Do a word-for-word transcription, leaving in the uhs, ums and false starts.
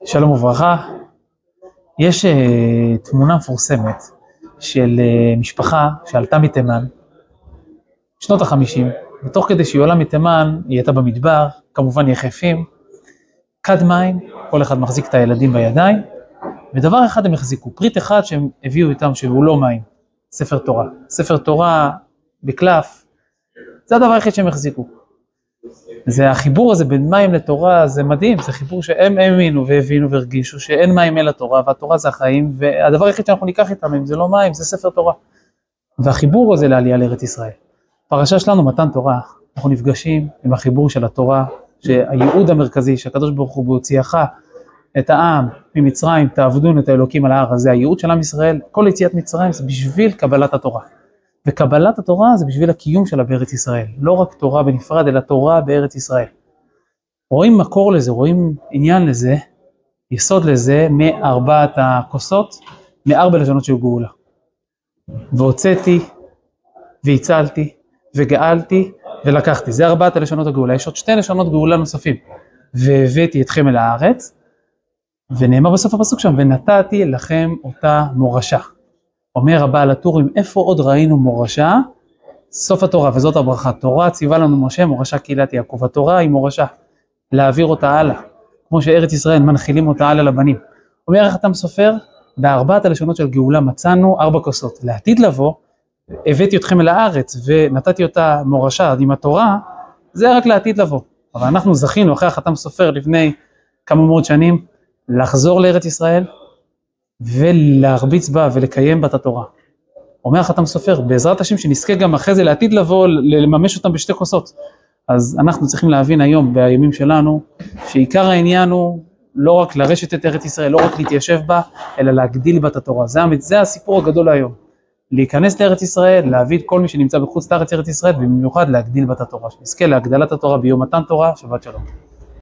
שלום וברכה. יש uh, תמונה מפורסמת של uh, משפחה שעלתה מתימן, שנות החמישים, ותוך כדי שהיא עולה מתימן, היא הייתה במדבר, כמובן יחפים, כד מים, כל אחד מחזיק את הילדים בידיים, ודבר אחד הם החזיקו, פריט אחד שהם הביאו איתם שהוא לא מים, ספר תורה. ספר תורה בקלף, זה הדבר היחיד שהם החזיקו. זה החיבור הזה בין מים לתורה, זה מדהים, זה חיבור שהם האמינו והבינו והרגישו שאין מים אל התורה, והתורה זה החיים, והדבר היחיד שאנחנו ניקח איתם, אם זה לא מים, זה ספר תורה. והחיבור הזה לעלייה לארץ ישראל. פרשה שלנו מתן תורה, אנחנו נפגשים עם החיבור של התורה, שהייעוד המרכזי, שהקדוש ברוך הוא בהוציאך את העם ממצרים, תעבדון את האלוקים על ההר הזה, הייעוד של עם ישראל, כל יציאת מצרים זה בשביל קבלת התורה. וקבלת התורה זה בשביל הקיום שלה בארץ ישראל, לא רק תורה בנפרד, אלא תורה בארץ ישראל. רואים מקור לזה, רואים עניין לזה, יסוד לזה, מארבעת הכוסות, מארבע לשונות של גאולה. והוצאתי, והצלתי, וגאלתי, ולקחתי. זה ארבעת הלשונות הגאולה. יש עוד שתי לשונות גאולה נוספים. והבאתי אתכם אל הארץ, ונאמר בסוף הפסוק שם, ונתתי לכם אותה מורשה. אומר הבעל הטורים, איפה עוד ראינו מורשה? סוף התורה, וזאת הברכה. תורה ציווה לנו משה, מורשה קהילת יעקב. התורה היא מורשה, להעביר אותה הלאה, כמו שארץ ישראל מנחילים אותה הלאה לבנים. אומר איך אתה מסופר? בארבעת הלשונות של גאולה מצאנו ארבע כוסות. לעתיד לבוא, הבאתי אתכם אל הארץ ונתתי אותה מורשה עם התורה, זה רק לעתיד לבוא. אבל אנחנו זכינו אחרי החתם סופר לפני כמה מאות שנים, לחזור לארץ ישראל, ולהרביץ בה ולקיים בת התורה. אומר החתם סופר, בעזרת השם שנזכה גם אחרי זה לעתיד לבוא, לממש אותם בשתי כוסות. אז אנחנו צריכים להבין היום, בימים שלנו, שעיקר העניין הוא לא רק לרשת את ארץ ישראל, לא רק להתיישב בה, אלא להגדיל בת התורה. זה, זה הסיפור הגדול היום. להיכנס לארץ ישראל, להביא את כל מי שנמצא בחוץ לארץ ארץ ישראל, ובמיוחד להגדיל בת התורה. שנזכה להגדלת התורה ביום מתן תורה, שבת שלום.